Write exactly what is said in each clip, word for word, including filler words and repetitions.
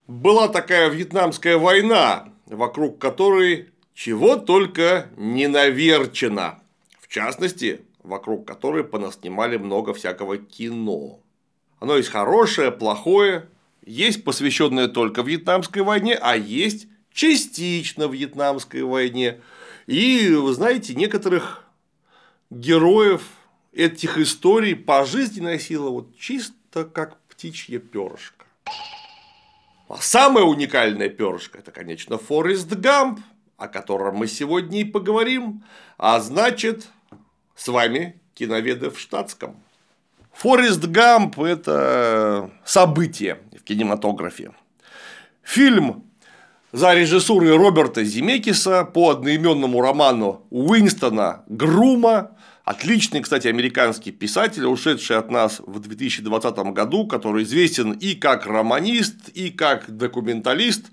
Была такая Вьетнамская война, вокруг которой чего только не наверчено. В частности, вокруг которой понаснимали много всякого кино. Оно есть хорошее, плохое, есть посвященное только Вьетнамской войне, а есть частично Вьетнамской войне. И, вы знаете, некоторых героев этих историй пожизненная сила вот чисто как птичье перышко. А самое уникальное перышко – это, конечно, Форрест Гамп, о котором мы сегодня и поговорим, а значит, с вами киноведы в штатском. Форрест Гамп – это событие в кинематографе. Фильм за режиссурой Роберта Земекиса по одноименному роману Уинстона Грума. Отличный, кстати, американский писатель, ушедший от нас в две тысячи двадцатом году, который известен и как романист, и как документалист.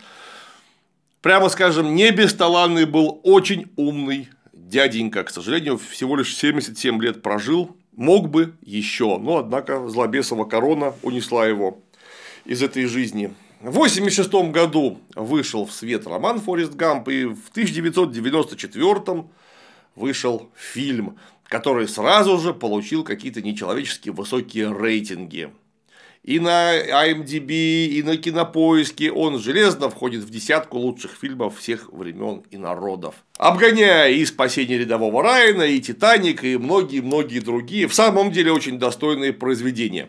Прямо скажем, не бесталанный был, очень умный дяденька. К сожалению, всего лишь семьдесят семь лет прожил. Мог бы еще, но, однако, злобесова корона унесла его из этой жизни. В восемьдесят шестом году вышел в свет роман «Форрест Гамп», и в тысяча девятьсот девяносто четвёртом вышел фильм, который сразу же получил какие-то нечеловечески высокие рейтинги. И на ай эм ди би, и на Кинопоиске он железно входит в десятку лучших фильмов всех времен и народов. Обгоняя и «Спасение рядового Райана», и «Титаник», и многие-многие другие, в самом деле очень достойные произведения.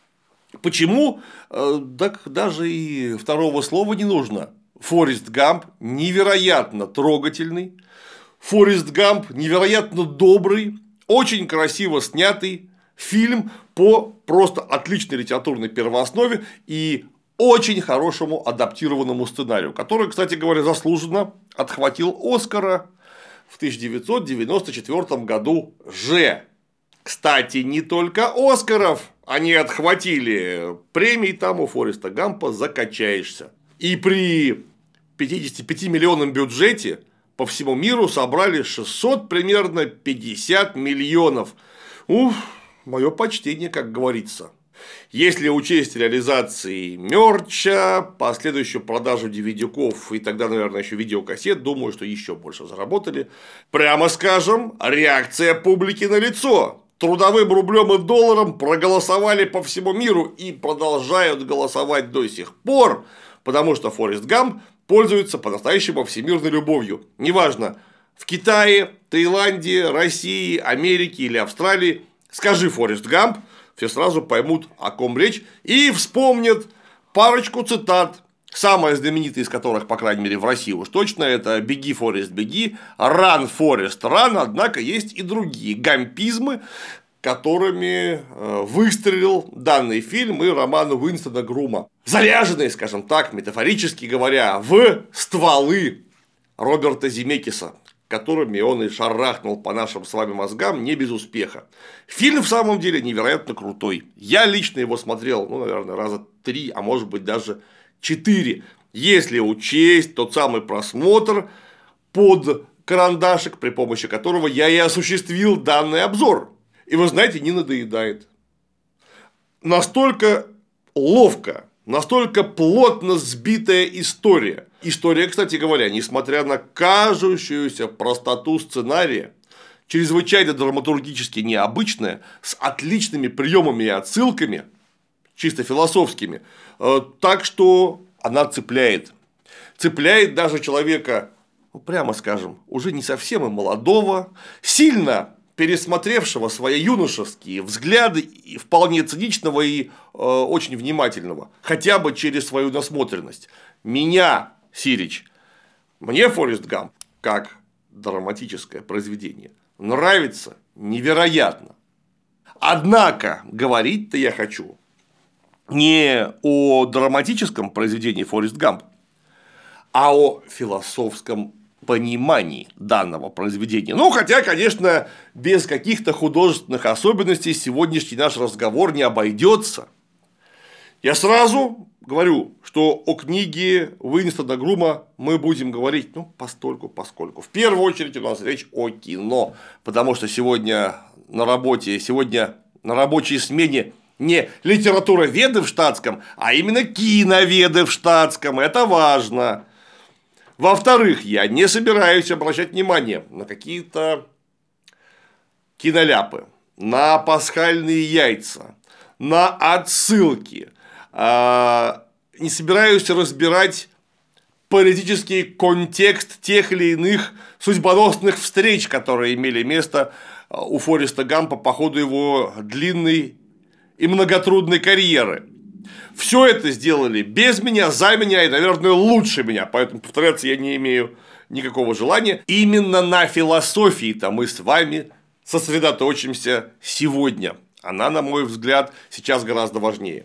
Почему? Так даже и второго слова не нужно. Форрест Гамп невероятно трогательный, Форрест Гамп невероятно добрый, очень красиво снятый фильм по просто отличной литературной первооснове и очень хорошему адаптированному сценарию, который, кстати говоря, заслуженно отхватил Оскара в тысяча девятьсот девяносто четвёртом году же. Кстати, не только Оскаров они отхватили, премий там у Форреста Гампа закачаешься. И при пятидесяти пяти миллионном бюджете по всему миру собрали шестьсот примерно пятьдесят миллионов. Уф, мое почтение, как говорится. Если учесть реализации мерча, последующую продажу ди ви ди-ков и тогда, наверное, еще видеокассет, думаю, что еще больше заработали. Прямо скажем, реакция публики налицо. Трудовым рублем и долларом проголосовали по всему миру и продолжают голосовать до сих пор, потому что Форрест Гамп пользуется по-настоящему всемирной любовью. Неважно, в Китае, Таиланде, России, Америке или Австралии, скажи «Форрест Гамп», все сразу поймут, о ком речь, и вспомнят парочку цитат, самая знаменитая из которых, по крайней мере, в России уж точно, это «Беги, Форрест, беги», «Ран, Форрест, ран», однако есть и другие гампизмы, которыми выстрелил данный фильм и роман Уинстона Грума, заряженные, скажем так, метафорически говоря, в стволы Роберта Земекиса, которыми он и шарахнул по нашим с вами мозгам не без успеха. Фильм в самом деле невероятно крутой. Я лично его смотрел, ну, наверное, раза три, а может быть даже четыре, если учесть тот самый просмотр под карандашик, при помощи которого я и осуществил данный обзор. И вы знаете, не надоедает. Настолько ловко, настолько плотно сбитая история. История, кстати говоря, несмотря на кажущуюся простоту сценария, чрезвычайно драматургически необычная, с отличными приемами и отсылками, чисто философскими, так что она цепляет. Цепляет даже человека, ну, прямо скажем, уже не совсем и молодого, сильно пересмотревшего свои юношеские взгляды, и вполне циничного и э, очень внимательного, хотя бы через свою насмотренность. Меня, Сирич, мне Форрест Гамп, как драматическое произведение, нравится невероятно. Однако, говорить-то я хочу не о драматическом произведении Форрест Гамп, а о философском понимании данного произведения. Ну, хотя, конечно, без каких-то художественных особенностей сегодняшний наш разговор не обойдется. Я сразу говорю, что о книге Уинстона Грума мы будем говорить, ну, постольку, поскольку. В первую очередь у нас речь о кино, потому что сегодня на работе, сегодня на рабочей смене Не литературоведы в штатском, а именно киноведы в штатском. Это важно. Во-вторых, я не собираюсь обращать внимание на какие-то киноляпы, на пасхальные яйца, на отсылки. Не собираюсь разбирать политический контекст тех или иных судьбоносных встреч, которые имели место у Фореста Гампа по ходу его длинной и многотрудной карьеры. Все это сделали без меня, за меня и, наверное, лучше меня, поэтому повторяться я не имею никакого желания. Именно на философии-то мы с вами сосредоточимся сегодня. Она, на мой взгляд, сейчас гораздо важнее.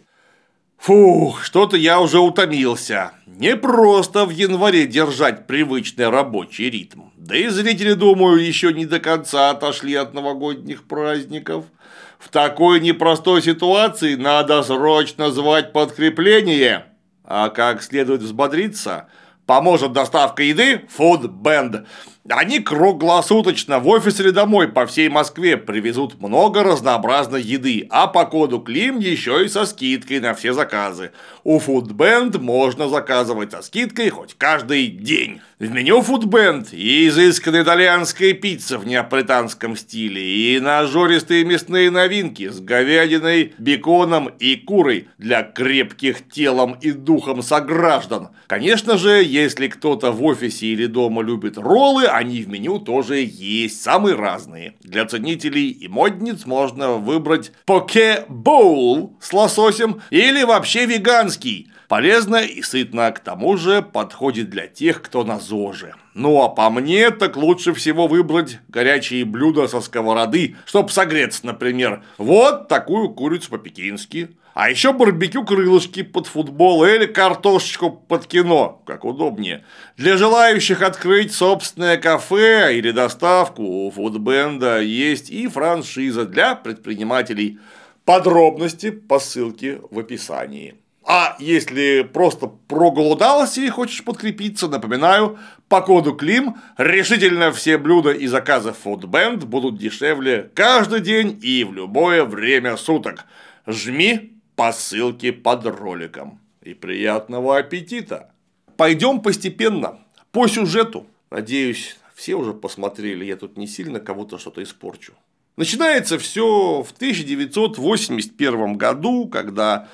Фух, что-то я уже утомился. Не просто в январе держать привычный рабочий ритм. Да и зрители, думаю, еще не до конца отошли от новогодних праздников. В такой непростой ситуации надо срочно звать подкрепление. А как следует взбодриться, поможет доставка еды Food Band. Они круглосуточно в офис или домой по всей Москве привезут много разнообразной еды, а по коду Клим еще и со скидкой на все заказы. У Food Band можно заказывать со скидкой хоть каждый день. В меню Food Band и изысканная итальянская пицца в неаполитанском стиле, и нажористые мясные новинки с говядиной, беконом и курой для крепких телом и духом сограждан. Конечно же, если кто-то в офисе или дома любит роллы, они в меню тоже есть, самые разные. Для ценителей и модниц можно выбрать поке боул с лососем или вообще веганский. Полезно и сытно, к тому же подходит для тех, кто на ЗОЖе. Ну а по мне, так лучше всего выбрать горячие блюда со сковороды, чтобы согреться, например. Вот такую курицу по-пекински. А еще барбекю крылышки под футбол или картошечку под кино, как удобнее. Для желающих открыть собственное кафе или доставку у Фудбенда есть и франшиза для предпринимателей. Подробности по ссылке в описании. А если просто проголодался и хочешь подкрепиться, напоминаю, по коду Клим решительно все блюда и заказы Foodband будут дешевле каждый день и в любое время суток. Жми по ссылке под роликом. И приятного аппетита! Пойдем постепенно, по сюжету. Надеюсь, все уже посмотрели, я тут не сильно кого-то что-то испорчу. Начинается все в тысяча девятьсот восемьдесят первом году, когда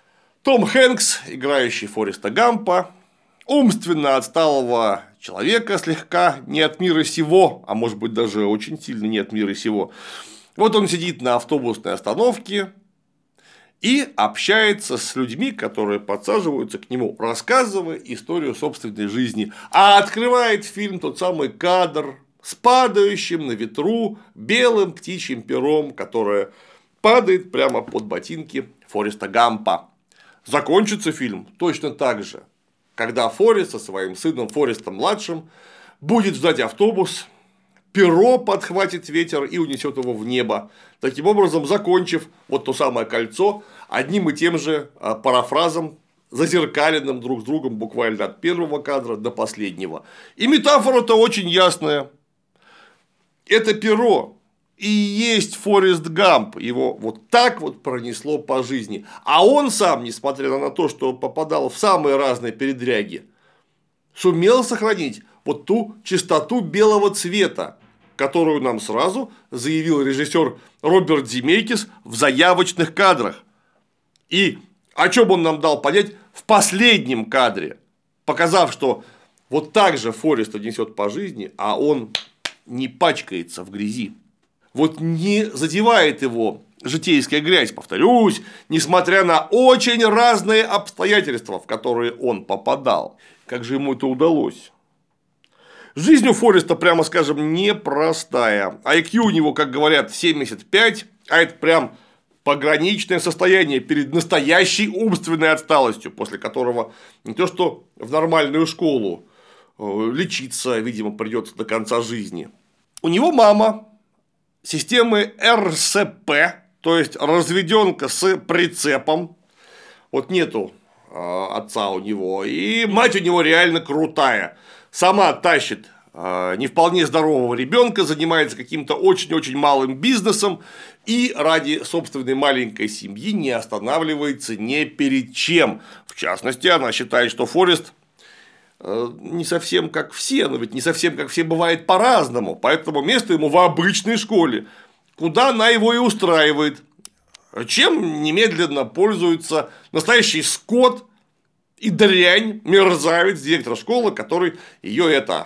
Том Хэнкс, играющий Фореста Гампа, умственно отсталого человека, слегка не от мира сего, а может быть даже очень сильно не от мира сего. Вот он сидит на автобусной остановке и общается с людьми, которые подсаживаются к нему, рассказывая историю собственной жизни. А открывает фильм тот самый кадр с падающим на ветру белым птичьим пером, которое падает прямо под ботинки Фореста Гампа. Закончится фильм точно так же, когда Форест со своим сыном Форестом-младшим будет ждать автобус, перо подхватит ветер и унесет его в небо, таким образом закончив вот то самое кольцо одним и тем же парафразом, зазеркаленным друг с другом буквально от первого кадра до последнего. И метафора-то очень ясная. Это перо и есть Форест Гамп, его вот так вот пронесло по жизни. А он сам, несмотря на то, что попадал в самые разные передряги, сумел сохранить вот ту чистоту белого цвета, которую нам сразу заявил режиссер Роберт Земекис в заявочных кадрах. И о чем он нам дал понять в последнем кадре, показав, что вот так же Форест несет по жизни, а он не пачкается в грязи. Вот не задевает его житейская грязь, повторюсь, несмотря на очень разные обстоятельства, в которые он попадал. Как же ему это удалось? Жизнь у Фореста, прямо скажем, непростая. ай кью у него, как говорят, семьдесят пять, а это прям пограничное состояние перед настоящей умственной отсталостью, после которого не то что в нормальную школу лечиться, видимо, придется до конца жизни. У него мама системы эр эс пэ, то есть разведенка с прицепом. Вот нету отца у него, и мать у него реально крутая. Сама тащит не вполне здорового ребенка, занимается каким-то очень-очень малым бизнесом и ради собственной маленькой семьи не останавливается ни перед чем. В частности, она считает, что Форест не совсем как все, но ведь не совсем как все бывает по-разному, поэтому место ему в обычной школе, куда она его и устраивает, чем немедленно пользуется настоящий скот и дрянь, мерзавец, директор школы, который ее это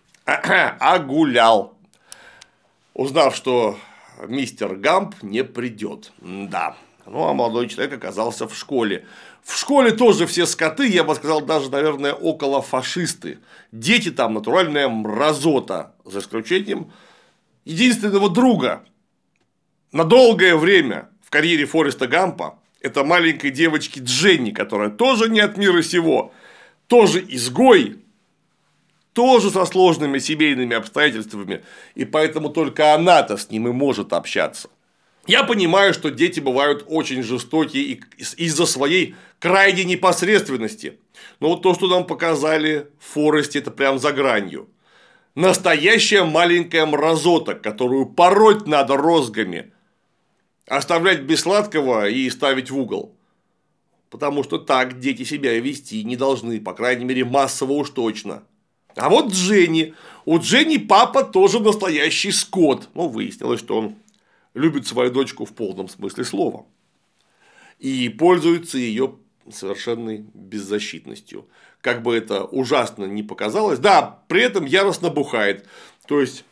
огулял, узнав, что мистер Гамп не придет. Да. Ну, а молодой человек оказался в школе. В школе тоже все скоты, я бы сказал, даже, наверное, около фашисты. Дети там натуральная мразота, за исключением единственного друга на долгое время в карьере Фореста Гампа, это маленькой девочки Дженни, которая тоже не от мира сего, тоже изгой, тоже со сложными семейными обстоятельствами, и поэтому только она-то с ним и может общаться. Я понимаю, что дети бывают очень жестокие из-за своей крайней непосредственности. Но вот то, что нам показали в Форесте, это прям за гранью. Настоящая маленькая мразота, которую пороть надо розгами, оставлять без сладкого и ставить в угол. Потому что так дети себя вести не должны, по крайней мере, массово уж точно. А вот Дженни. У Дженни папа тоже настоящий скот. Ну, выяснилось, что он любит свою дочку в полном смысле слова. И пользуется ее совершенной беззащитностью. Как бы это ужасно ни показалось. Да, при этом яростно бухает. То есть,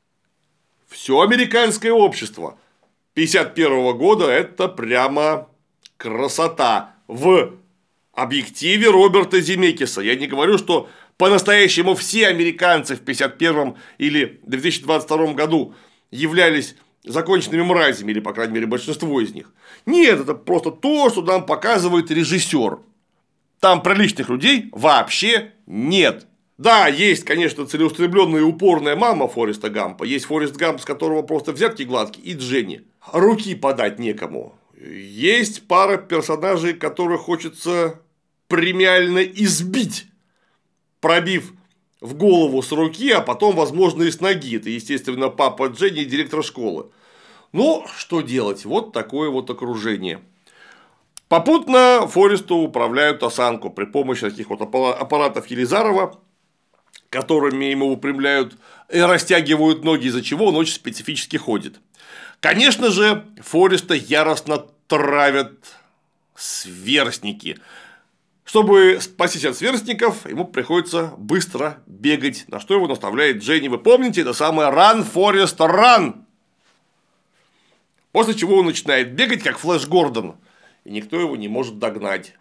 все американское общество пятьдесят первого года – это прямо красота в объективе Роберта Земекиса. Я не говорю, что по-настоящему все американцы в пятьдесят первом или две тысячи двадцать втором году являлись законченными мразями, или, по крайней мере, большинство из них. Нет, это просто то, что нам показывает режиссер. Там приличных людей вообще нет. Да, есть, конечно, целеустремленная и упорная мама Фореста Гампа, есть Форест Гамп, с которого просто взятки гладкие, и Дженни. Руки подать некому. Есть пара персонажей, которых хочется премиально избить, пробив в голову с руки, а потом, возможно, и с ноги. Это, естественно, папа Дженни и директор школы. Ну, что делать? Вот такое вот окружение. Попутно Форесту управляют осанку при помощи таких вот аппаратов Елизарова, которыми ему выпрямляют и растягивают ноги, из-за чего он очень специфически ходит. Конечно же, Фореста яростно травят сверстники. Чтобы спастись от сверстников, ему приходится быстро бегать, на что его наставляет Дженни. Вы помните, это самое «Run, Forest, run!». После чего он начинает бегать, как Флэш Гордон, и никто его не может догнать.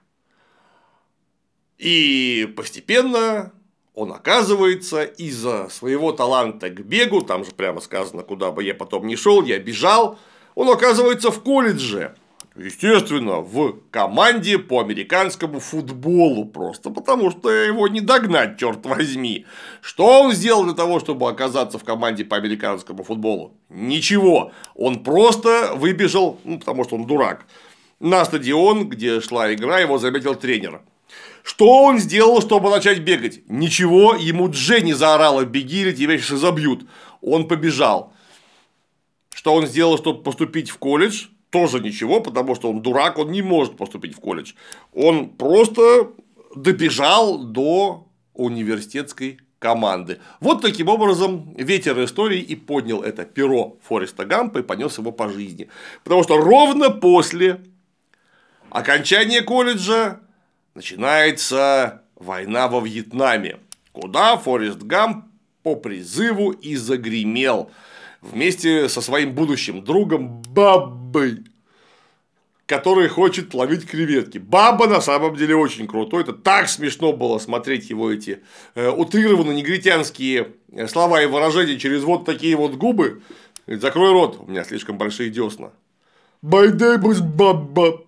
И постепенно он оказывается из-за своего таланта к бегу, там же прямо сказано, куда бы я потом ни шел, я бежал, он оказывается в колледже. Естественно, в команде по американскому футболу, просто потому что его не догнать, черт возьми. Что он сделал для того, чтобы оказаться в команде по американскому футболу? Ничего. Он просто выбежал, ну, потому что он дурак, на стадион, где шла игра, его заметил тренер. Что он сделал, чтобы начать бегать? Ничего, ему Дженни заорала: беги, или тебя сейчас забьют. Он побежал. Что он сделал, чтобы поступить в колледж? Тоже ничего, потому что он дурак, он не может поступить в колледж. Он просто добежал до университетской команды. Вот таким образом ветер истории и поднял это перо Фореста Гампа и понес его по жизни. Потому что ровно после окончания колледжа начинается война во Вьетнаме, куда Форест Гамп по призыву и загремел вместе со своим будущим другом Баббой, который хочет ловить креветки. Баба на самом деле очень крутой. Это так смешно было смотреть его эти э, утрированные негритянские слова и выражения через вот такие вот губы. Закрой рот, у меня слишком большие десна. Байдебус Бабба.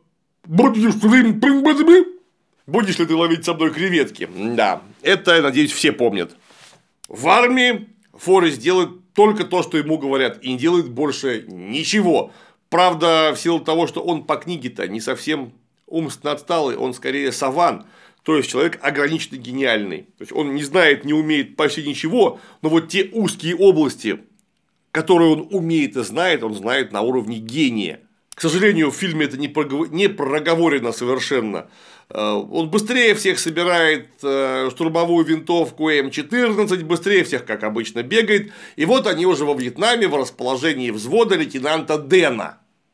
Будешь ли ты ловить со мной креветки? Да, это, я надеюсь, все помнят. В армии Форест делает только то, что ему говорят, и не делает больше ничего. Правда, в силу того, что он по книге-то не совсем умственно отсталый, он скорее саван, То есть человек ограниченно гениальный. То есть он не знает, не умеет почти ничего, но вот те узкие области, которые он умеет и знает, он знает на уровне гения. К сожалению, в фильме это не проговорено совершенно. Он быстрее всех собирает штурмовую винтовку эм четырнадцать, быстрее всех, как обычно, бегает. И вот они уже во Вьетнаме в расположении взвода лейтенанта Дэна.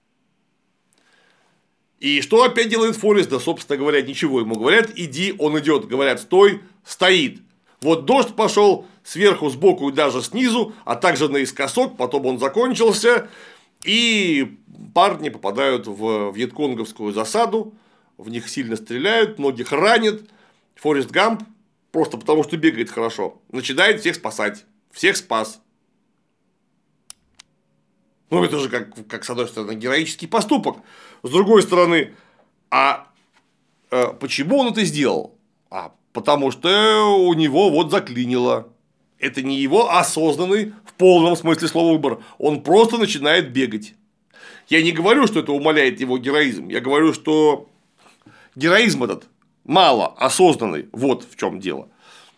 И что опять делает Форест? Да, собственно говоря, ничего. Ему говорят, иди, он идет. Говорят, стой, стоит. Вот дождь пошел сверху, сбоку и даже снизу, а также наискосок, потом он закончился, и парни попадают в вьетконговскую засаду, в них сильно стреляют, многих ранят. Форест Гамп, просто потому что бегает хорошо, начинает всех спасать. Всех спас. Ну, это же, как, как с одной стороны, героический поступок. С другой стороны, а э, почему он это сделал? А потому что у него вот заклинило. Это не его осознанный, в полном смысле слова, выбор. Он просто начинает бегать. Я не говорю, что это умаляет его героизм. Я говорю, что героизм этот мало осознанный. Вот в чем дело.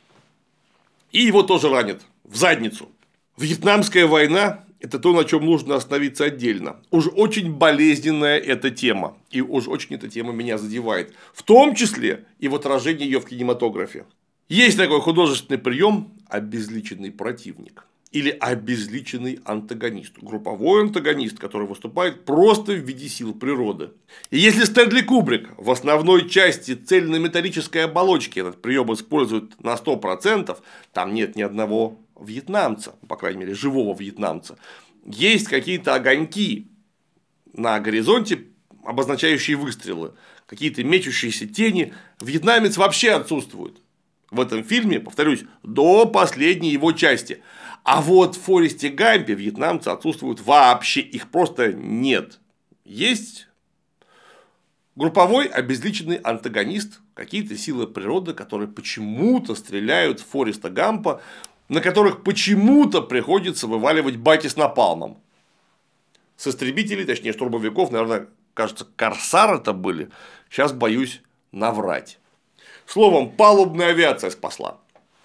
И его тоже ранят в задницу. Вьетнамская война – это то, на чем нужно остановиться отдельно. Уж очень болезненная эта тема. И уж очень эта тема меня задевает. В том числе и в отражении ее в кинематографе. Есть такой художественный прием – обезличенный противник. Или обезличенный антагонист. Групповой антагонист, который выступает просто в виде сил природы. И если Стэнли Кубрик в основной части цельнометаллической оболочки этот прием использует на сто процентов, там нет ни одного вьетнамца, по крайней мере, живого вьетнамца, есть какие-то огоньки на горизонте, обозначающие выстрелы, какие-то мечущиеся тени. Вьетнамец вообще отсутствует в этом фильме, повторюсь, до последней его части. А вот в Форесте Гампе вьетнамцы отсутствуют вообще, их просто нет. Есть групповой обезличенный антагонист, какие-то силы природы, которые почему-то стреляют в Фореста Гампа, на которых почему-то приходится вываливать баки с напалмом. С истребителей, точнее штурмовиков, наверное, кажется, корсар это были. Сейчас боюсь наврать. Словом, палубная авиация спасла.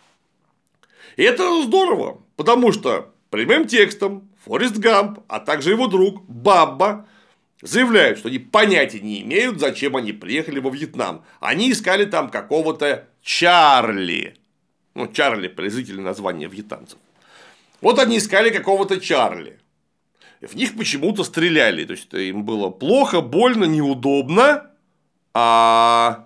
И это здорово, потому что прямым текстом Форест Гамп, а также его друг Бабба заявляют, что они понятия не имеют, зачем они приехали во Вьетнам. Они искали там какого-то Чарли. Ну, Чарли – презрительное название вьетнамцев. Вот они искали какого-то Чарли. В них почему-то стреляли. То есть им было плохо, больно, неудобно. А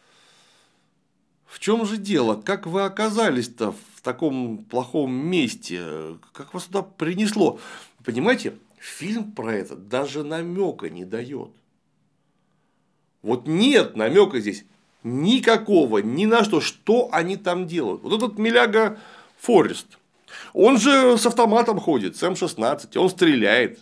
в чем же дело? Как вы оказались-то в таком плохом месте? Как вас туда принесло? Понимаете, фильм про это даже намека не дает. Вот нет намека здесь никакого, ни на что, что они там делают. Вот этот миляга Форест, он же с автоматом ходит, с эм шестнадцать, он стреляет.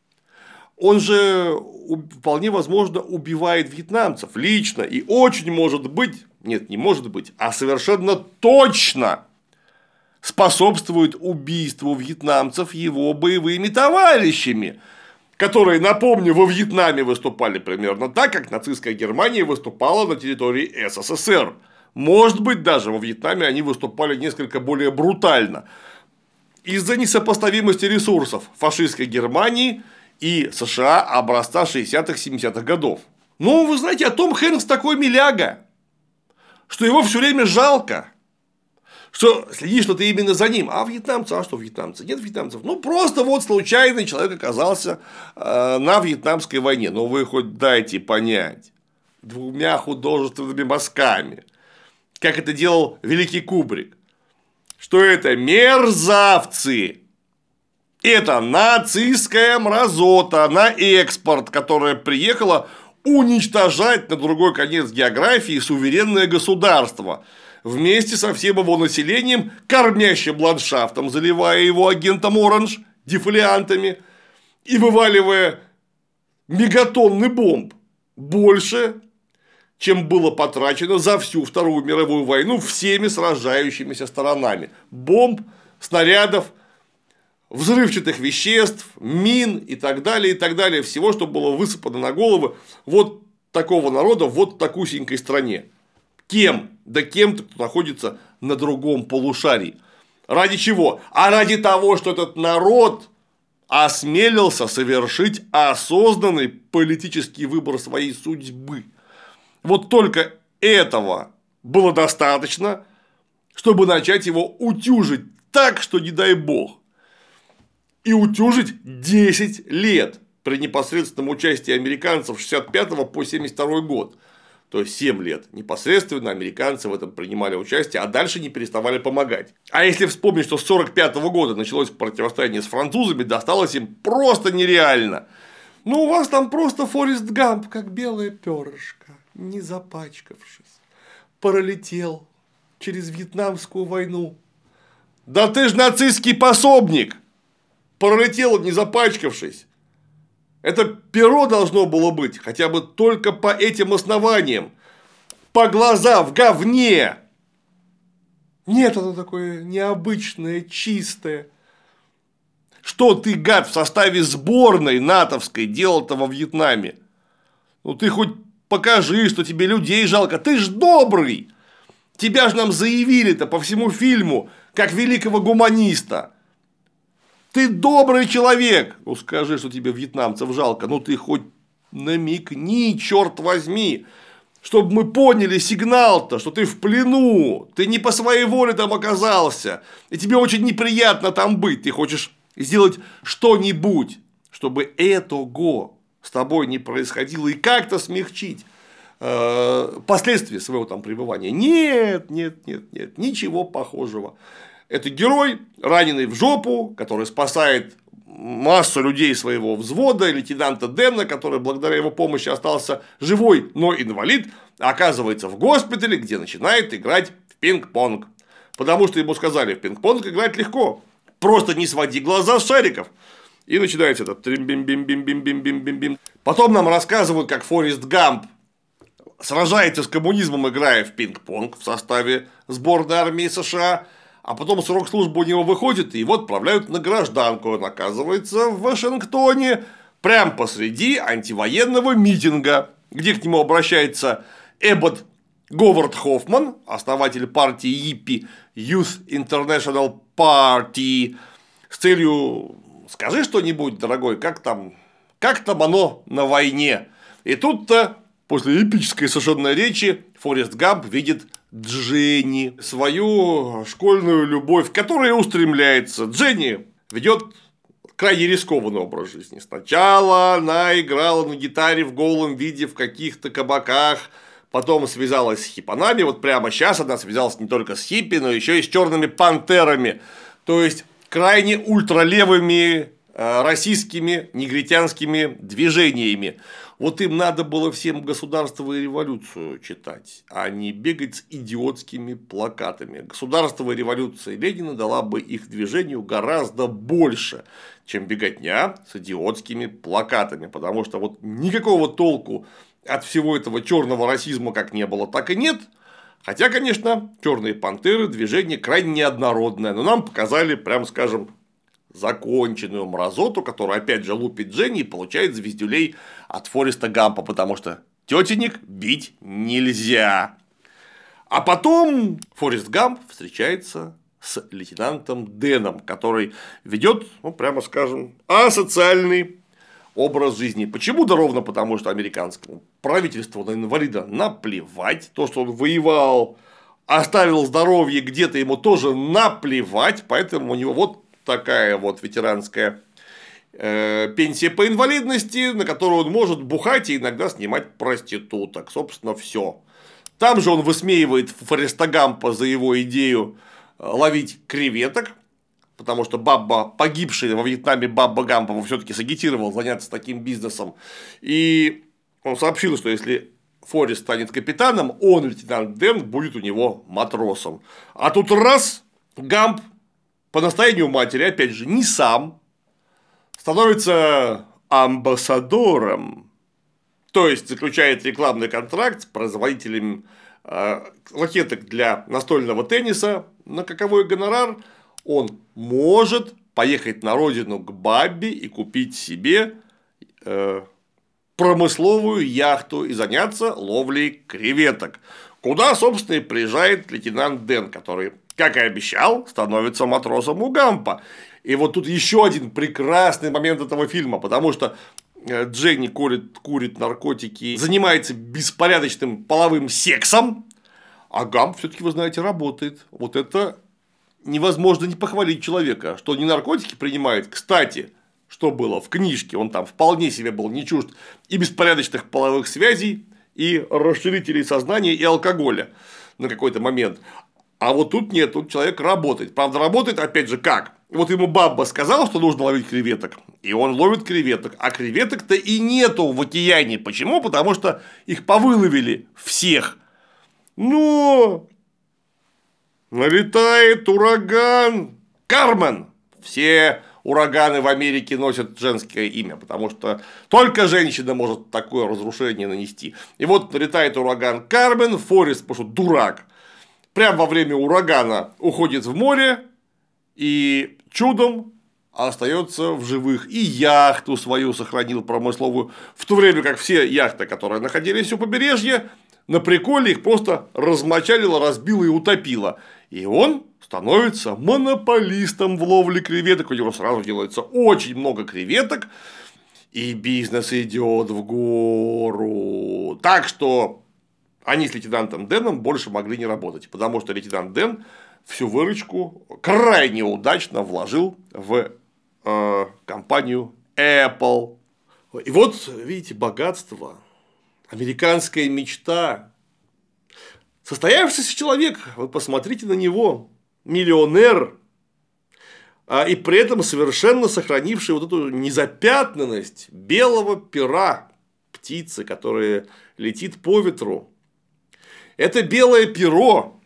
Он же вполне возможно убивает вьетнамцев лично и очень может быть, нет, не может быть, а совершенно точно способствует убийству вьетнамцев его боевыми товарищами, которые, напомню, во Вьетнаме выступали примерно так, как нацистская Германия выступала на территории эс эс эс эр. Может быть, даже во Вьетнаме они выступали несколько более брутально. Из-за несопоставимости ресурсов фашистской Германии и США образца шестидесятых-семидесятых годов. Ну, вы знаете, а Том Хэнкс такой миляга, что его все время жалко. Что следишь, что ты именно за ним. А вьетнамцы, а что вьетнамцы? Нет вьетнамцев. Ну, просто вот случайный человек оказался э, на вьетнамской войне. Но вы хоть дайте понять двумя художественными мазками, как это делал великий Кубрик, что это мерзавцы. Это нацистская мразота на экспорт, которая приехала уничтожать на другой конец географии суверенное государство. Вместе со всем его населением, кормящим ландшафтом, заливая его агентом Оранж, дефолиантами и вываливая мегатонны бомб больше, чем было потрачено за всю Вторую мировую войну всеми сражающимися сторонами. Бомб, снарядов, взрывчатых веществ, мин и так далее, и так далее. Всего, что было высыпано на головы вот такого народа в вот такусенькой стране. Кем? Да кем-то, кто находится на другом полушарии. Ради чего? А ради того, что этот народ осмелился совершить осознанный политический выбор своей судьбы. Вот только этого было достаточно, чтобы начать его утюжить так, что не дай бог. И утюжить десять лет при непосредственном участии американцев с шестьдесят пятого по семьдесят второй год. То есть семь лет непосредственно американцы в этом принимали участие, а дальше не переставали помогать. А если вспомнить, что с сорок пятого года началось противостояние с французами, досталось им просто нереально. Ну, у вас там просто Форест Гамп, как белое перышко, не запачкавшись, пролетел через Вьетнамскую войну. Да ты ж нацистский пособник! Пролетел, не запачкавшись. Это перо должно было быть хотя бы только по этим основаниям. По глаза в говне. Нет, оно такое необычное, чистое. Что ты, гад, в составе сборной натовской делал-то во Вьетнаме? Ну ты хоть покажи, что тебе людей жалко. Ты ж добрый. Тебя же нам заявили-то по всему фильму, как великого гуманиста. Ты добрый человек. Ну скажи, что тебе вьетнамцев жалко. Ну ты хоть намекни, черт возьми, чтобы мы поняли сигнал-то, что ты в плену, ты не по своей воле там оказался, и тебе очень неприятно там быть. Ты хочешь сделать что-нибудь, чтобы этого с тобой не происходило, и как-то смягчить э, последствия своего там пребывания. Нет, нет, нет, нет, ничего похожего. Это герой, раненый в жопу, который спасает массу людей своего взвода, лейтенанта Дэна, который благодаря его помощи остался живой, но инвалид, оказывается в госпитале, где начинает играть в пинг-понг. Потому что ему сказали, в пинг-понг играть легко, просто не своди глаза с шариков. И начинается этот трим-бим-бим-бим-бим-бим-бим-бим. Потом нам рассказывают, как Форест Гамп сражается с коммунизмом, играя в пинг-понг в составе сборной армии США. А потом срок службы у него выходит, и его отправляют на гражданку. Он оказывается в Вашингтоне, прямо посреди антивоенного митинга, где к нему обращается Эббот Говард Хоффман, основатель партии Йиппи Youth International Party, с целью «скажи что-нибудь, дорогой, как там, как там оно на войне». И тут-то, после эпической совершенно речи, Форест Гамп видит Дженни, свою школьную любовь, к которой устремляется. Дженни ведет крайне рискованный образ жизни. Сначала она играла на гитаре в голом виде в каких-то кабаках, потом связалась с хипанами. Вот прямо сейчас она связалась не только с хиппи, но еще и с черными пантерами, то есть крайне ультралевыми российскими негритянскими движениями. Вот им надо было всем «Государство и революцию» читать, а не бегать с идиотскими плакатами. «Государство и революция» Ленина дала бы их движению гораздо больше, чем беготня с идиотскими плакатами. Потому что вот никакого толку от всего этого черного расизма как не было, так и нет. Хотя, конечно, черные пантеры движение крайне неоднородное, но нам показали, прям скажем, законченную мразоту, которая опять же лупит Дженни и получает звездюлей от Фореста Гампа, потому что тетенек бить нельзя. А потом Форест Гамп встречается с лейтенантом Дэном, который ведет, ну, прямо скажем, асоциальный образ жизни. Почему? Да ровно потому, что американскому правительству на инвалида наплевать. То, что он воевал, оставил здоровье где-то, ему тоже наплевать, поэтому у него вот такая вот ветеранская э, пенсия по инвалидности, на которую он может бухать и иногда снимать проституток. Собственно, все. Там же он высмеивает Фореста Гампа за его идею ловить креветок, потому что баба, погибшая во Вьетнаме баба Гампа, его все-таки сагитировал заняться таким бизнесом. И он сообщил, что если Форест станет капитаном, он, лейтенант Дэн, будет у него матросом. А тут раз Гамп по настоянию матери, опять же, не сам, становится амбассадором, то есть заключает рекламный контракт с производителем э, ракеток для настольного тенниса, на каковой гонорар он может поехать на родину к бабе и купить себе э, промысловую яхту и заняться ловлей креветок. куда, собственно, и приезжает лейтенант Дэн, который, как и обещал, становится матросом у Гампа. И вот тут еще один прекрасный момент этого фильма, потому что Дженни курит, курит наркотики, занимается беспорядочным половым сексом, а Гамп все-таки, вы знаете, работает. Вот это невозможно не похвалить человека, что не наркотики принимает. Кстати, что было в книжке, он там вполне себе был не чужд и беспорядочных половых связей, и расширителей сознания, и алкоголя на какой-то момент. А вот тут нет, тут человек работает. Правда, работает, опять же, как? Вот ему баба сказала, что нужно ловить креветок, и он ловит креветок. А креветок-то и нету в океане. Почему? Потому что их повыловили всех. Но налетает ураган Кармен. Все ураганы в Америке носят женское имя, потому что только женщина может такое разрушение нанести. И вот налетает ураган Кармен, Форест, потому что дурак, прямо во время урагана уходит в море и чудом остается в живых. И яхту свою сохранил промысловую, в то время как все яхты, которые находились у побережья, на приколе их просто размочалило, разбило и утопило. И он становится монополистом в ловле креветок. У него сразу делается очень много креветок, и бизнес идет в гору. Так что они с лейтенантом Дэном больше могли не работать, потому что лейтенант Дэн всю выручку крайне удачно вложил в э, компанию Apple. И вот, видите, богатство, американская мечта. Состоявшийся человек, вы посмотрите на него, миллионер, и при этом совершенно сохранивший вот эту незапятнанность белого пера птицы, которая летит по ветру. Это белое перо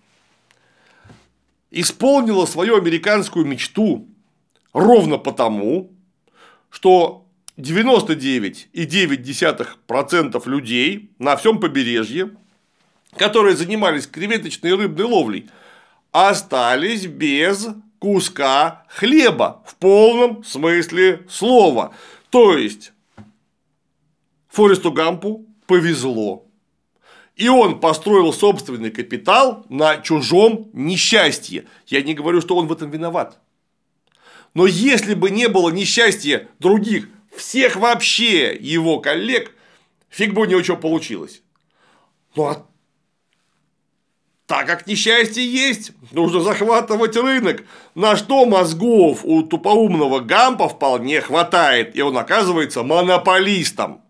исполнило свою американскую мечту ровно потому, что девяносто девять и девять десятых процента людей на всем побережье, которые занимались креветочной и рыбной ловлей, остались без куска хлеба в полном смысле слова. То есть Форесту Гампу повезло. И он построил собственный капитал на чужом несчастье. Я не говорю, что он в этом виноват. Но если бы не было несчастья других, всех вообще его коллег, фиг бы у него что получилось. Ну а так как несчастье есть, нужно захватывать рынок, на что мозгов у тупоумного Гампа вполне хватает, и он оказывается монополистом.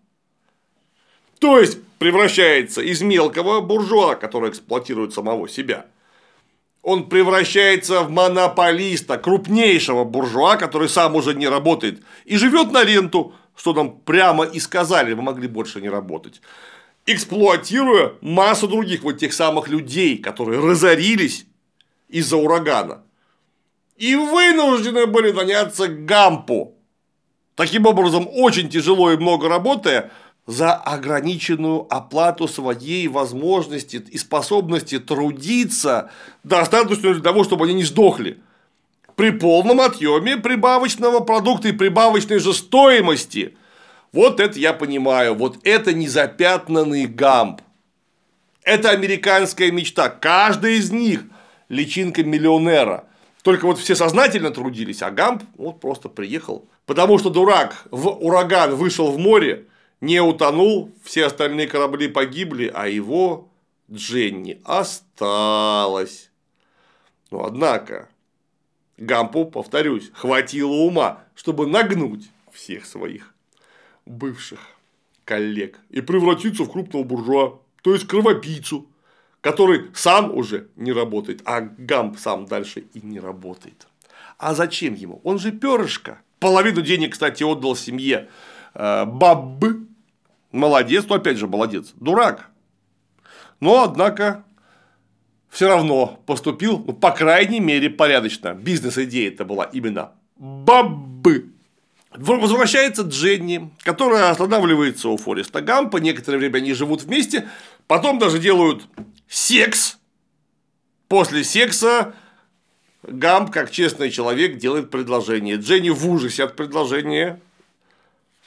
То есть превращается из мелкого буржуа, который эксплуатирует самого себя, он превращается в монополиста, крупнейшего буржуа, который сам уже не работает и живет на ренту, что нам прямо и сказали, вы могли больше не работать, эксплуатируя массу других вот тех самых людей, которые разорились из-за урагана и вынуждены были наняться Гампу. Таким образом, очень тяжело и много работая за ограниченную оплату своей возможности и способности трудиться, достаточно для того, чтобы они не сдохли, при полном отъеме прибавочного продукта и прибавочной же стоимости. Вот это я понимаю, вот это незапятнанный Гамп. Это американская мечта. Каждый из них личинка миллионера. Только вот все сознательно трудились, а Гамп вот просто приехал. Потому что дурак в ураган вышел в море, не утонул, все остальные корабли погибли, а его Дженни осталась. Но однако Гампу, повторюсь, хватило ума, чтобы нагнуть всех своих бывших коллег и превратиться в крупного буржуа, то есть кровопийцу, который сам уже не работает, а Гамп сам дальше и не работает. А зачем ему? Он же перышко. Половину денег, кстати, отдал семье э, Баббы. Молодец, ну опять же молодец, дурак. Но, однако, все равно поступил, ну, по крайней мере, порядочно. Бизнес-идея это была именно Баббы. Возвращается Дженни, которая останавливается у Фореста Гампа. Некоторое время они живут вместе. Потом даже делают секс. После секса Гамп, как честный человек, делает предложение. Дженни в ужасе от предложения.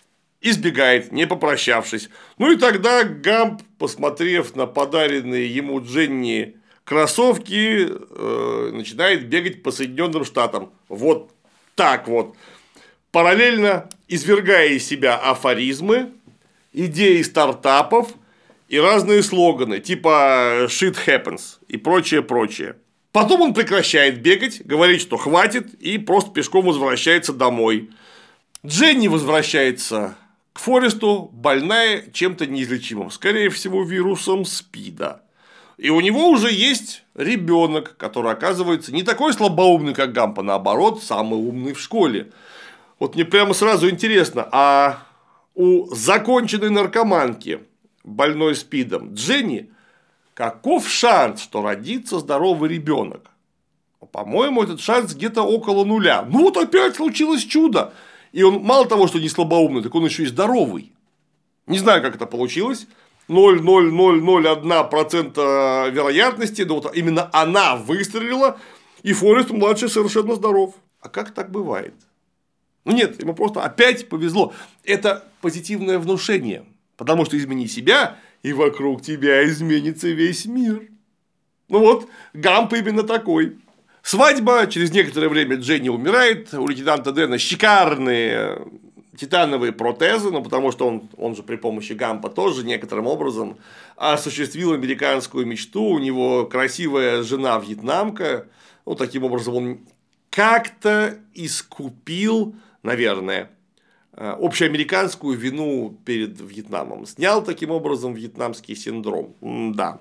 и сбегает, не попрощавшись. Ну и тогда Гамп, посмотрев на подаренные ему Дженни кроссовки, э, начинает бегать по Соединенным Штатам. Вот так вот. Параллельно извергая из себя афоризмы, идеи стартапов и разные слоганы, типа shit happens и прочее, прочее. Потом он прекращает бегать, говорит, что хватит, и просто пешком возвращается домой. Дженни возвращается к Форесту, больная чем-то неизлечимым, скорее всего, вирусом СПИДа. И у него уже есть ребенок, который оказывается не такой слабоумный, как Гамп, а наоборот, самый умный в школе. Вот мне прямо сразу интересно, а у законченной наркоманки, больной СПИДом, Дженни, каков шанс, что родится здоровый ребенок? По-моему, этот шанс где-то около нуля. Ну вот опять случилось чудо. И он мало того, что не слабоумный, так он еще и здоровый. Не знаю, как это получилось. ноль целых ноль ноль ноль один процент вероятности, но вот именно она выстрелила, и Форест младший совершенно здоров. А как так бывает? Ну нет, ему просто опять повезло. Это позитивное внушение. Потому что измени себя, и вокруг тебя изменится весь мир. Ну вот, Гамп именно такой. Свадьба, через некоторое время Дженни умирает, у лейтенанта Дэна шикарные титановые протезы, ну потому что он, он же при помощи Гампа тоже некоторым образом осуществил американскую мечту, у него красивая жена вьетнамка, ну таким образом он как-то искупил, наверное, общеамериканскую вину перед Вьетнамом, снял таким образом вьетнамский синдром, да.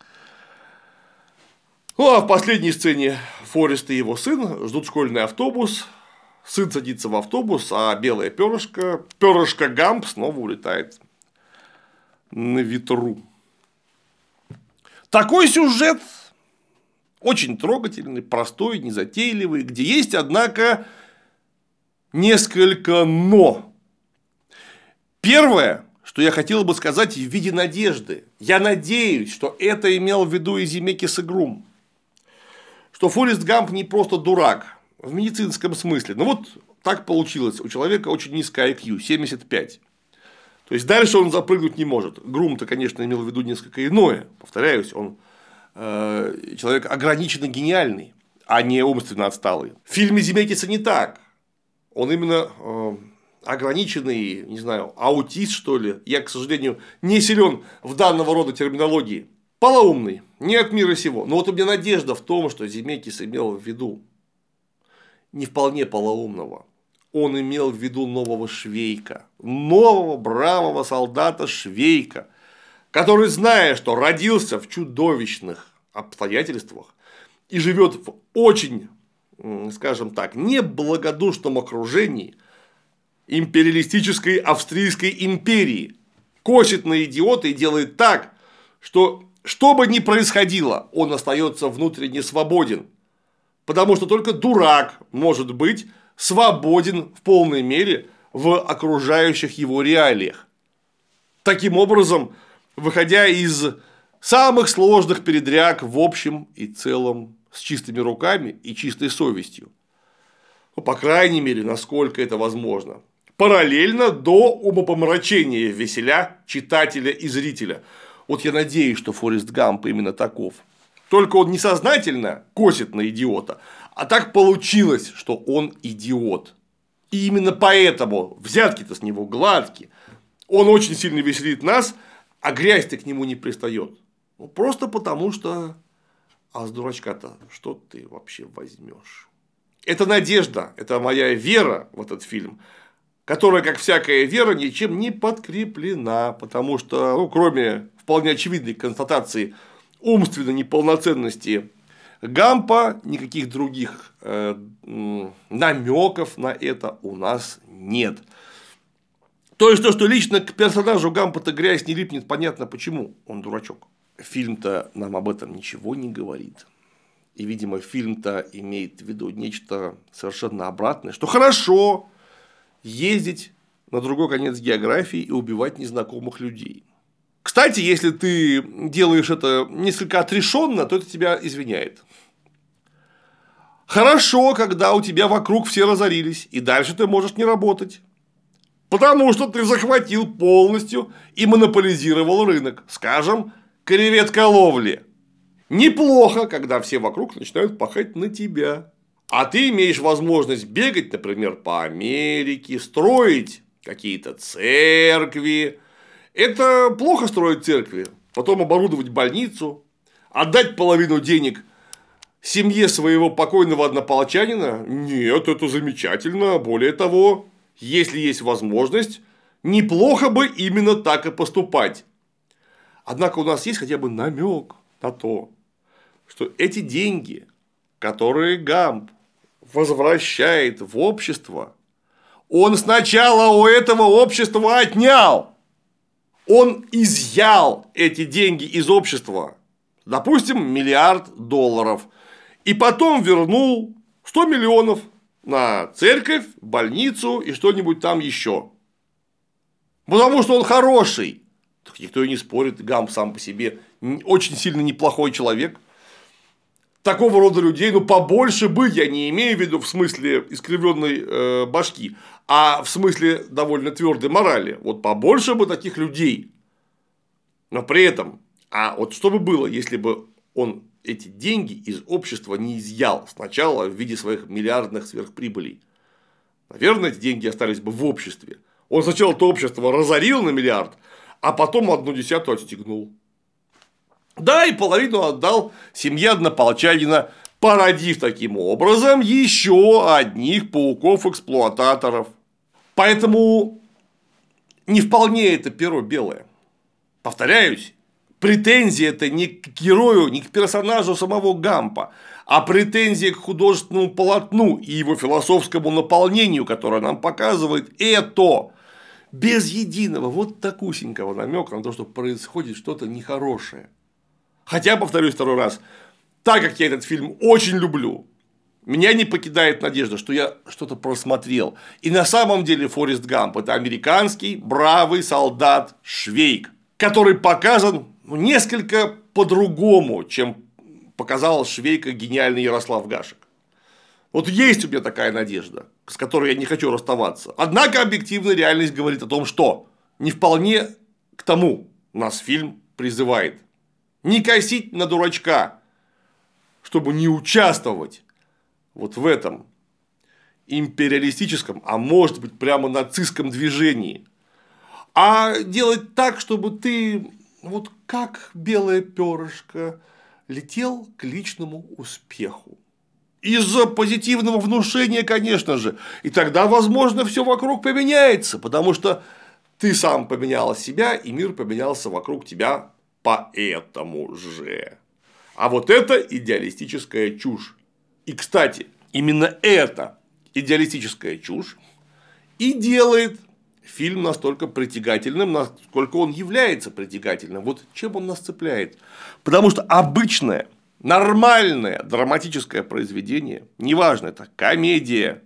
Ну, а в последней сцене Форест и его сын ждут школьный автобус. Сын садится в автобус, а белое перышко, перышко Гамп снова улетает на ветру. Такой сюжет очень трогательный, простой, незатейливый, где есть, однако, несколько «но». Первое, что я хотел бы сказать в виде надежды. Я надеюсь, что это имел в виду и Земекис Игрум. Что Форест Гамп не просто дурак в медицинском смысле. Ну вот так получилось. У человека очень низкое ай кью, семьдесят пять. То есть дальше он запрыгнуть не может. Грум-то, конечно, имел в виду несколько иное. Повторяюсь, он э, человек ограниченно гениальный, а не умственно отсталый. В фильме Земекиса не так. Он именно э, ограниченный, не знаю, аутист, что ли. Я, к сожалению, не силен в данного рода терминологии. Полоумный, не от мира сего. Но вот у меня надежда в том, что Земекис имел в виду не вполне полоумного. Он имел в виду нового Швейка. Нового бравого солдата Швейка. Который, зная, что родился в чудовищных обстоятельствах и живет в очень, скажем так, неблагодушном окружении империалистической Австрийской империи, косит на идиота и делает так, что что бы ни происходило, он остается внутренне свободен. Потому что только дурак может быть свободен в полной мере в окружающих его реалиях. Таким образом, выходя из самых сложных передряг в общем и целом с чистыми руками и чистой совестью. Ну, по крайней мере, насколько это возможно. Параллельно до умопомрачения веселя читателя и зрителя. Вот я надеюсь, что Форест Гамп именно таков. Только он несознательно косит на идиота, а так получилось, что он идиот. И именно поэтому взятки-то с него гладкие. Он очень сильно веселит нас, а грязь-то к нему не пристает. Ну, просто потому что. А с дурачка-то что ты вообще возьмешь? Это надежда, это моя вера в этот фильм, которая, как всякая вера, ничем не подкреплена, потому что, ну, кроме вполне очевидной констатации умственной неполноценности Гампа, никаких других э, намеков на это у нас нет. То есть, то, что лично к персонажу Гампа-то грязь не липнет, понятно почему, он дурачок. Фильм-то нам об этом ничего не говорит. И, видимо, фильм-то имеет в виду нечто совершенно обратное, что хорошо ездить на другой конец географии и убивать незнакомых людей. Кстати, если ты делаешь это несколько отрешенно, то это тебя извиняет. Хорошо, когда у тебя вокруг все разорились, и дальше ты можешь не работать. Потому что ты захватил полностью и монополизировал рынок. Скажем, креветколовли. Неплохо, когда все вокруг начинают пахать на тебя. А ты имеешь возможность бегать, например, по Америке, строить какие-то церкви. Это плохо строить церкви, потом оборудовать больницу, отдать половину денег семье своего покойного однополчанина? Нет, это замечательно. Более того, если есть возможность, неплохо бы именно так и поступать. Однако у нас есть хотя бы намек на то, что эти деньги, которые Гамп возвращает в общество, он сначала у этого общества отнял. Он изъял эти деньги из общества, допустим, миллиард долларов, и потом вернул сто миллионов на церковь, больницу и что-нибудь там еще. Потому что он хороший. Так никто и не спорит, Гамп сам по себе очень сильно неплохой человек. Такого рода людей, ну, побольше бы, я не имею в виду в смысле искривленной э, башки, а в смысле довольно твердой морали. Вот побольше бы таких людей. Но при этом, а вот что бы было, если бы он эти деньги из общества не изъял сначала в виде своих миллиардных сверхприбылей? Наверное, эти деньги остались бы в обществе. Он сначала то общество разорил на миллиард, а потом одну десятую отстегнул. Да, и половину отдал семье однополчанина, породив таким образом еще одних пауков-эксплуататоров. Поэтому не вполне это перо белое. Повторяюсь, претензия это не к герою, не к персонажу самого Гампа, а претензия к художественному полотну и его философскому наполнению, которое нам показывает это, без единого вот такусенького намека на то, что происходит что-то нехорошее. Хотя, повторюсь второй раз, так как я этот фильм очень люблю, меня не покидает надежда, что я что-то просмотрел. И на самом деле Форест Гамп – это американский бравый солдат Швейк, который показан несколько по-другому, чем показал Швейка гениальный Ярослав Гашек. Вот есть у меня такая надежда, с которой я не хочу расставаться. Однако объективная реальность говорит о том, что не вполне к тому нас фильм призывает. Не косить на дурачка, чтобы не участвовать вот в этом империалистическом, а может быть прямо нацистском движении, а делать так, чтобы ты вот как белое перышко летел к личному успеху. Из-за позитивного внушения, конечно же. И тогда, возможно, все вокруг поменяется, потому что ты сам поменял себя, и мир поменялся вокруг тебя поэтому же. А вот это идеалистическая чушь. И, кстати, именно эта идеалистическая чушь и делает фильм настолько притягательным, насколько он является притягательным. Вот чем он нас цепляет. Потому что обычное, нормальное драматическое произведение, неважно, это комедия,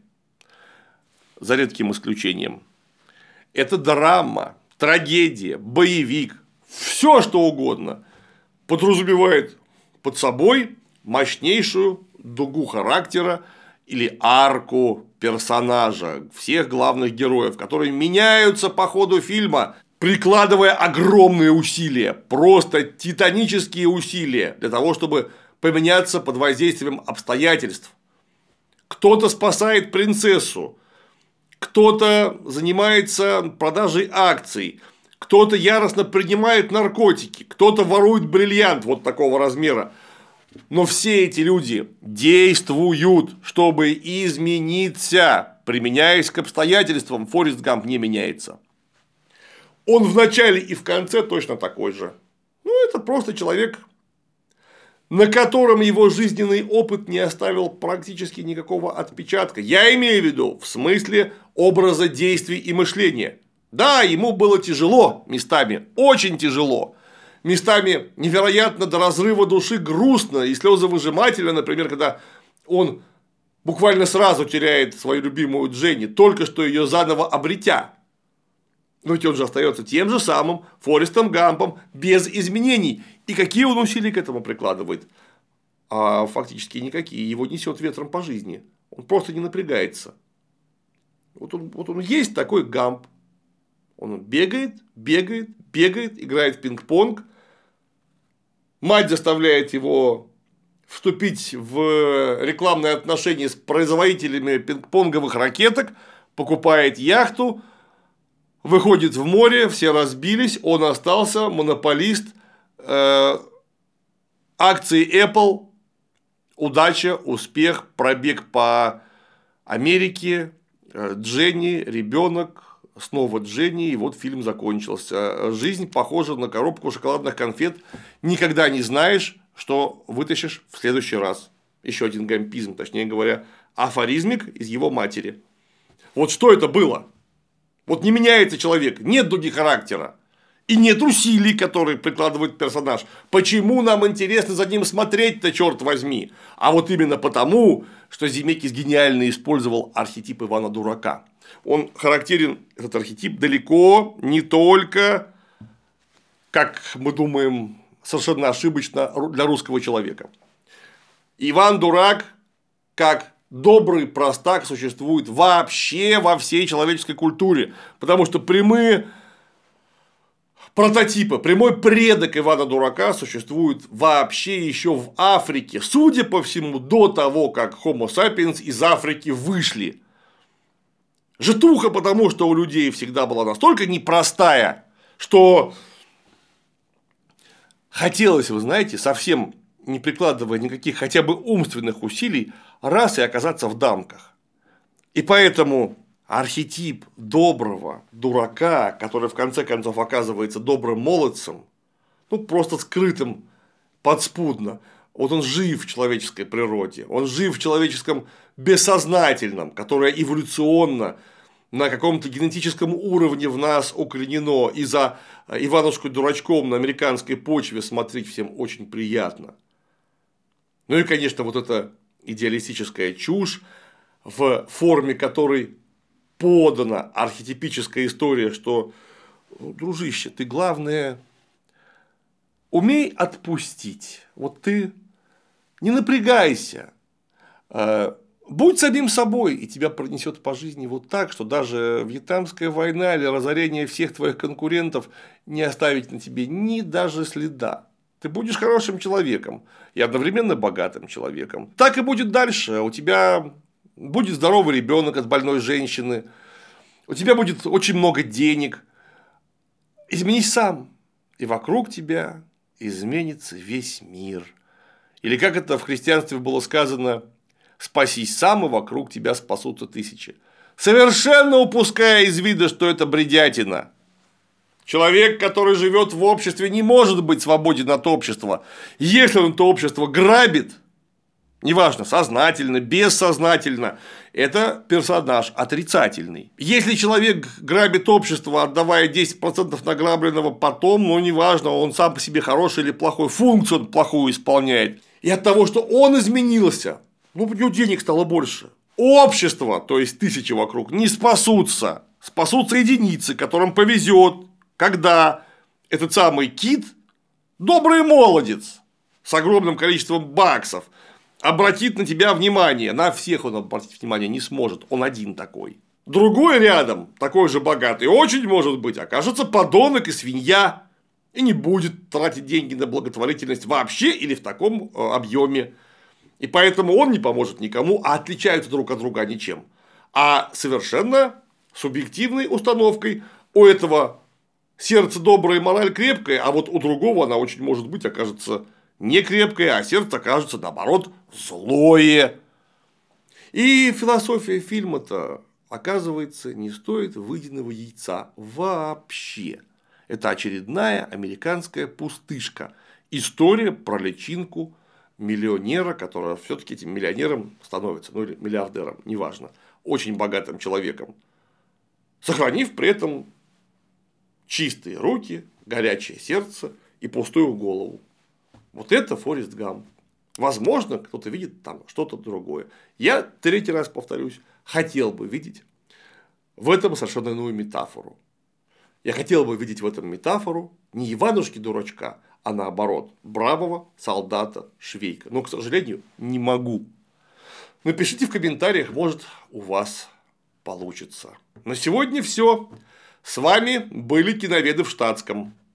за редким исключением, это драма, трагедия, боевик, все что угодно подразумевает под собой мощнейшую дугу характера или арку персонажа, всех главных героев, которые меняются по ходу фильма, прикладывая огромные усилия, просто титанические усилия для того, чтобы поменяться под воздействием обстоятельств. Кто-то спасает принцессу, кто-то занимается продажей акций, кто-то яростно принимает наркотики, кто-то ворует бриллиант вот такого размера. Но все эти люди действуют, чтобы измениться, применяясь к обстоятельствам. Форест Гамп не меняется. Он в начале и в конце точно такой же. Ну, это просто человек, на котором его жизненный опыт не оставил практически никакого отпечатка. Я имею в виду в смысле образа действий и мышления. Да, ему было тяжело местами, очень тяжело. Местами невероятно до разрыва души грустно и слезовыжимательно, например, когда он буквально сразу теряет свою любимую Дженни, только что ее заново обретя. Но ведь он же остается тем же самым Форестом Гампом без изменений. И какие он усилия к этому прикладывает? А фактически никакие. Его несет ветром по жизни. Он просто не напрягается. Вот он, вот он есть такой Гамп. Он бегает, бегает, бегает, играет в пинг-понг. Мать заставляет его вступить в рекламные отношения с производителями пинг-понговых ракеток, покупает яхту, выходит в море, все разбились, он остался, монополист, э, акции Apple, удача, успех, пробег по Америке, Дженни, ребенок, снова Дженни, и вот фильм закончился. Жизнь похожа на коробку шоколадных конфет, никогда не знаешь, что вытащишь в следующий раз. Еще один гампизм, точнее говоря, афоризмик из его матери. Вот что это было? Вот не меняется человек, нет дуги характера. И нет усилий, которые прикладывает персонаж. Почему нам интересно за ним смотреть-то, черт возьми? А вот именно потому, что Земекис гениально использовал архетип Ивана Дурака. Он характерен, этот архетип, далеко не только, как мы думаем, совершенно ошибочно для русского человека. Иван Дурак, как добрый простак, существует вообще во всей человеческой культуре. Потому что прямые прототипы, прямой предок Ивана Дурака существует вообще еще в Африке. Судя по всему, до того, как Homo sapiens из Африки вышли. Житуха, потому что у людей всегда была настолько непростая, что хотелось, вы знаете, совсем не прикладывая никаких хотя бы умственных усилий, раз и оказаться в дамках. И поэтому архетип доброго дурака, который в конце концов оказывается добрым молодцем, ну просто скрытым подспудно, вот он жив в человеческой природе, он жив в человеческом бессознательном, которое эволюционно на каком-то генетическом уровне в нас укоренено, и за Иванушкой дурачком на американской почве смотреть всем очень приятно. Ну и, конечно, вот эта идеалистическая чушь, в форме которой подана архетипическая история, что, дружище, ты главное умей отпустить. Вот ты не напрягайся, будь самим собой, и тебя пронесет по жизни вот так, что даже Вьетнамская война или разорение всех твоих конкурентов не оставить на тебе ни даже следа. Ты будешь хорошим человеком и одновременно богатым человеком. Так и будет дальше. У тебя будет здоровый ребенок от больной женщины, у тебя будет очень много денег. Изменись сам, и вокруг тебя изменится весь мир. Или как это в христианстве было сказано: спасись сам, и вокруг тебя спасутся тысячи. Совершенно упуская из вида, что это бредятина. Человек, который живет в обществе, не может быть свободен от общества. Если он это общество грабит, неважно, сознательно, бессознательно, это персонаж отрицательный. Если человек грабит общество, отдавая десять процентов награбленного потом, ну неважно, он сам по себе хороший или плохой, функцию он плохую исполняет. И от того, что он изменился, ну, у него денег стало больше. Общество, то есть тысячи вокруг, не спасутся. Спасутся единицы, которым повезет, когда этот самый кит, добрый молодец, с огромным количеством баксов, обратит на тебя внимание. На всех он обратить внимание не сможет, он один такой. Другой рядом, такой же богатый, очень может быть, окажется подонок и свинья, и не будет тратить деньги на благотворительность вообще или в таком объеме. И поэтому он не поможет никому, а отличаются друг от друга ничем. А совершенно субъективной установкой у этого сердце доброе, мораль крепкая, а вот у другого она очень может быть окажется не крепкая, а сердце окажется, наоборот, злое. И философия фильма-то, оказывается, не стоит выеденного яйца вообще. Это очередная американская пустышка. История про личинку миллионера, который все-таки этим миллионером становится, ну или миллиардером, неважно, очень богатым человеком, сохранив при этом чистые руки, горячее сердце и пустую голову. Вот это Форест Гамп. Возможно, кто-то видит там что-то другое. Я третий раз повторюсь, хотел бы видеть в этом совершенно иную метафору. Я хотел бы видеть в этом метафору не Иванушки-дурачка, а наоборот, бравого солдата Швейка. Но, к сожалению, не могу. Напишите в комментариях, может, у вас получится. На сегодня все. С вами были киноведы в штатском.